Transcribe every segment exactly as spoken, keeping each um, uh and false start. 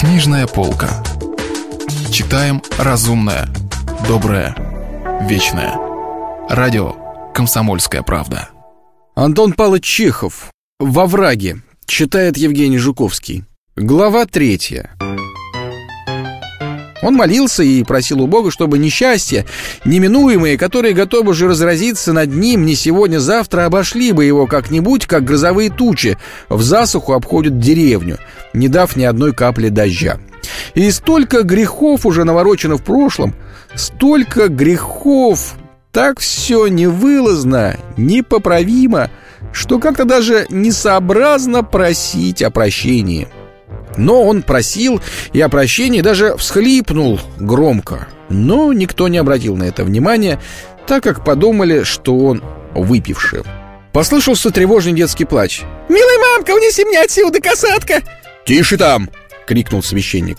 Книжная полка. Читаем разумное, доброе, вечное. Радио «Комсомольская правда». Антон Павлович Чехов. «Во враге». Читает Евгений Жуковский. Глава третья. Он молился и просил у Бога, чтобы несчастья, неминуемые, которые готовы же разразиться над ним не сегодня-завтра, обошли бы его как-нибудь, как грозовые тучи в засуху обходят деревню, не дав ни одной капли дождя. И столько грехов уже наворочено в прошлом, столько грехов, так все невылазно, непоправимо, что как-то даже несообразно просить о прощении. Но он просил и о прощении, даже всхлипнул громко. Но никто не обратил на это внимания, так как подумали, что он выпивший. Послышался тревожный детский плач. «Милая мамка, унеси меня отсюда, касатка!» «Тише там!» — крикнул священник.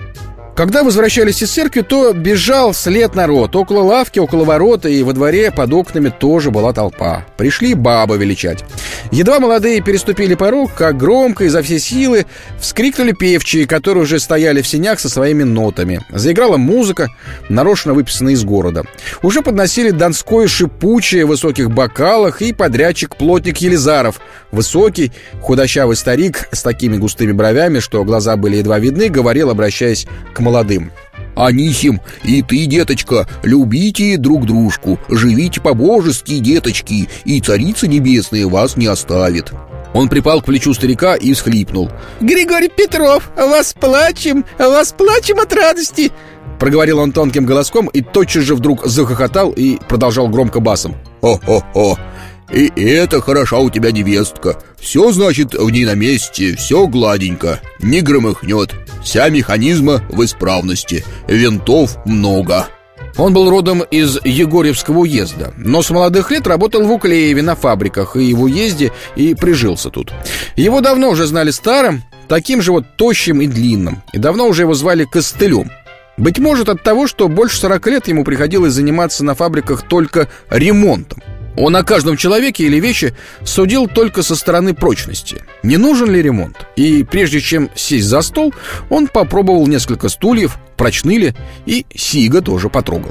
Когда возвращались из церкви, то бежал след народ. Около лавки, около ворота и во дворе под окнами тоже была толпа. Пришли бабы величать. Едва молодые переступили порог, как громко изо всей силы вскрикнули певчие, которые уже стояли в сенях со своими нотами. Заиграла музыка, нарочно выписанная из города. Уже подносили донское шипучее в высоких бокалах и подрядчик-плотник Елизаров. Высокий, худощавый старик с такими густыми бровями, что глаза были едва видны, говорил, обращаясь к молодым: «Анисим, и ты, деточка, любите друг дружку, живите по-божески, деточки, и Царица Небесная вас не оставит». Он припал к плечу старика и всхлипнул. «Григорий Петров, восплачем, восплачем от радости!» Проговорил он тонким голоском и тотчас же вдруг захохотал и продолжал громко басом: «Хо-хо-хо! И это хороша у тебя невестка. Все, значит, в ней на месте, все гладенько, не громыхнет. Вся механизма в исправности, винтов много». Он был родом из Егорьевского уезда, но с молодых лет работал в Уклееве на фабриках и в уезде и прижился тут. Его давно уже знали старым, таким же вот тощим и длинным, и давно уже его звали Костылем. Быть может, от того, что больше сорока лет ему приходилось заниматься на фабриках только ремонтом. Он о каждом человеке или вещи судил только со стороны прочности. Не нужен ли ремонт? И прежде чем сесть за стол, он попробовал несколько стульев, прочны ли, и сига тоже потрогал.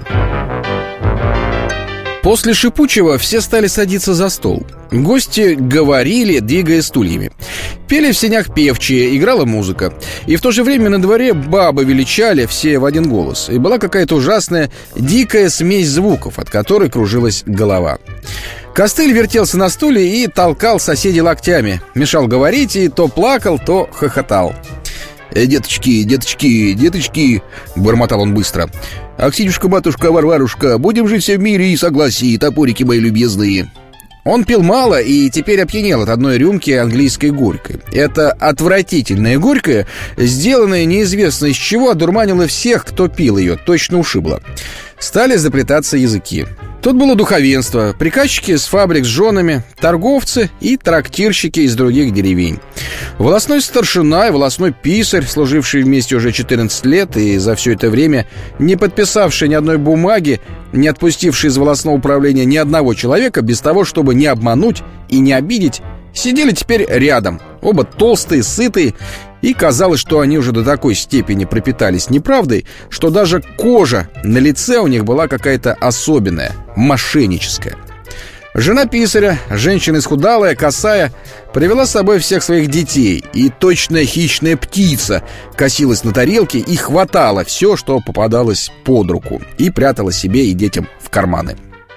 После шипучего все стали садиться за стол. Гости говорили, двигая стульями. Пели в сенях певчие, играла музыка. И в то же время на дворе бабы величали все в один голос. И была какая-то ужасная, дикая смесь звуков, от которой кружилась голова. Костыль вертелся на стуле и толкал соседей локтями. Мешал говорить и то плакал, то хохотал. «Деточки, деточки, деточки!» — бормотал он быстро. «Аксинюшка, матушка, Варварушка, будем жить все в мире и согласии, топорики мои любезные!» Он пил мало и теперь опьянел от одной рюмки английской горькой. Это отвратительная горькая, сделанная неизвестно из чего, одурманила всех, кто пил ее, точно ушибла. Стали заплетаться языки. Тут было духовенство, приказчики с фабрик с женами, торговцы и трактирщики из других деревень. Волостной старшина и волостной писарь, служивший вместе уже четырнадцать лет и за все это время не подписавший ни одной бумаги, не отпустивший из волостного управления ни одного человека без того, чтобы не обмануть и не обидеть, сидели теперь рядом. Оба толстые, сытые, и казалось, что они уже до такой степени пропитались неправдой, что даже кожа на лице у них была какая-то особенная, мошенническая. Жена писаря, женщина исхудалая, косая, привела с собой всех своих детей, и точная хищная птица косилась на тарелке и хватала все, что попадалось под руку, и прятала себе и детям в карманы.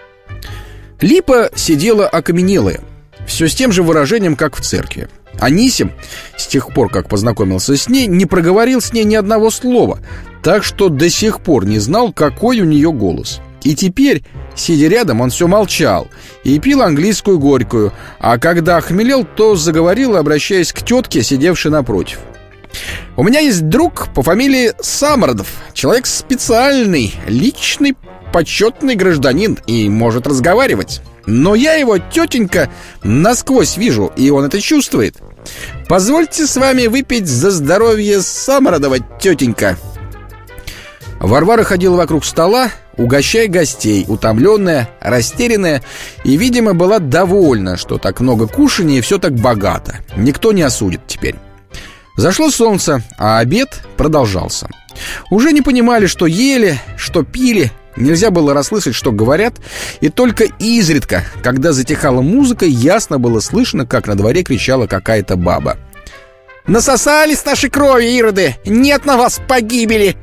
Липа сидела окаменелая, все с тем же выражением, как в церкви. Анисим, с тех пор, как познакомился с ней, не проговорил с ней ни одного слова, так что до сих пор не знал, какой у нее голос. И теперь, сидя рядом, он все молчал и пил английскую горькую, а когда охмелел, то заговорил, обращаясь к тетке, сидевшей напротив. «У меня есть друг по фамилии Самородов, человек специальный, личный, почетный гражданин и может разговаривать. Но я его, тетенька, насквозь вижу, и он это чувствует. Позвольте с вами выпить за здоровье Самородова, тетенька». Варвара ходила вокруг стола, угощая гостей, утомленная, растерянная, и, видимо, была довольна, что так много кушаний и все так богато. Никто не осудит теперь. Зашло солнце, а обед продолжался. Уже не понимали, что ели, что пили. Нельзя было расслышать, что говорят. И только изредка, когда затихала музыка, ясно было слышно, как на дворе кричала какая-то баба: «Насосались нашей крови, ироды! Нет на вас погибели!»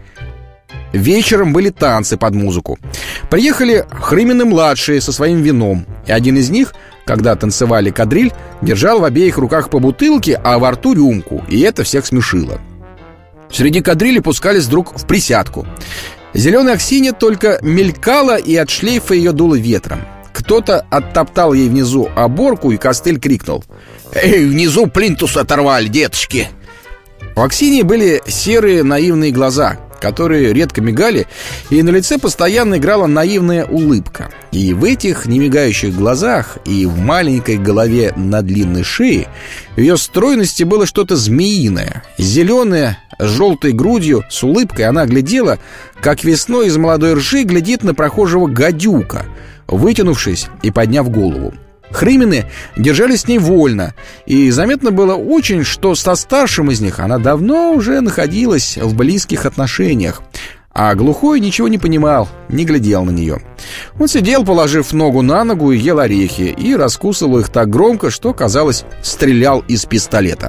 Вечером были танцы под музыку. Приехали Хрымины-младшие со своим вином. И один из них, когда танцевали кадриль, держал в обеих руках по бутылке, а во рту рюмку. И это всех смешило. Среди кадрили пускались вдруг в присядку. Зеленая Аксинья только мелькала, и от шлейфа ее дуло ветром. Кто-то оттоптал ей внизу оборку, и костыль крикнул: «Эй, внизу плинтус оторвали, деточки!» У Аксиньи были серые наивные глаза, которые редко мигали, и на лице постоянно играла наивная улыбка. И в этих немигающих глазах и в маленькой голове на длинной шее в ее стройности было что-то змеиное. Зеленое, с желтой грудью, с улыбкой она глядела, как весной из молодой ржи глядит на прохожего гадюка, вытянувшись и подняв голову. Хрымины держались с ней вольно, и заметно было очень, что со старшим из них она давно уже находилась в близких отношениях. А глухой ничего не понимал, не глядел на нее. Он сидел, положив ногу на ногу, и ел орехи, и раскусывал их так громко, что, казалось, стрелял из пистолета.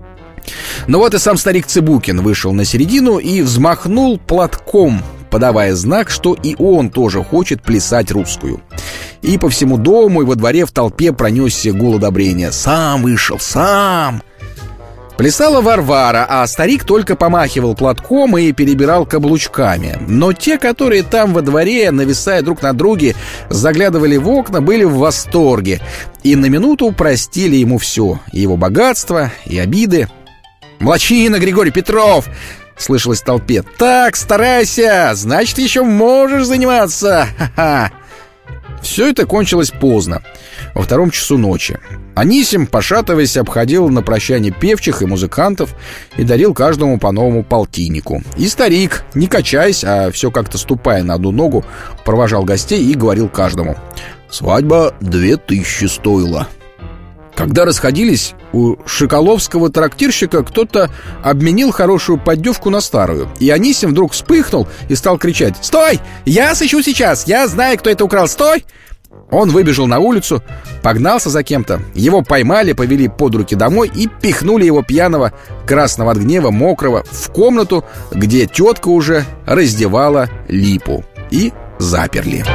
Но вот и сам старик Цыбукин вышел на середину и взмахнул платком, подавая знак, что и он тоже хочет плясать русскую. И по всему дому, и во дворе в толпе пронесся гул одобрения. «Сам вышел, сам!» Плясала Варвара, а старик только помахивал платком и перебирал каблучками. Но те, которые там во дворе, нависая друг на друге, заглядывали в окна, были в восторге и на минуту простили ему все: и его богатство, и обиды. «Молодчина, Григорий Петров!» — слышалось в толпе. «Так, старайся! Значит, еще можешь заниматься! Ха-ха!» Все это кончилось поздно, во втором часу ночи. Анисим, пошатываясь, обходил на прощание певчих и музыкантов и дарил каждому по новому полтиннику. И старик, не качаясь, а все как-то ступая на одну ногу, провожал гостей и говорил каждому: «Свадьба две тысячи стоила». Когда расходились, у шикаловского трактирщика кто-то обменил хорошую поддевку на старую. И Анисим вдруг вспыхнул и стал кричать: «Стой! Я сыщу сейчас! Я знаю, кто это украл! Стой!» Он выбежал на улицу, погнался за кем-то. Его поймали, повели под руки домой и пихнули его пьяного, красного от гнева, мокрого, в комнату, где тетка уже раздевала липу. И заперли.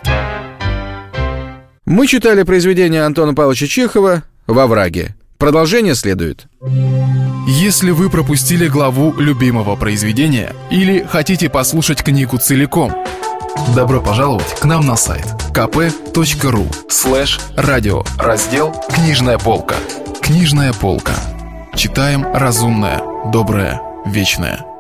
Мы читали произведение Антона Павловича Чехова «Во враге». Продолжение следует. Если вы пропустили главу любимого произведения или хотите послушать книгу целиком, добро пожаловать к нам на сайт kp.ru слэш радио, раздел «Книжная полка». Книжная полка. Читаем разумное, доброе, вечное.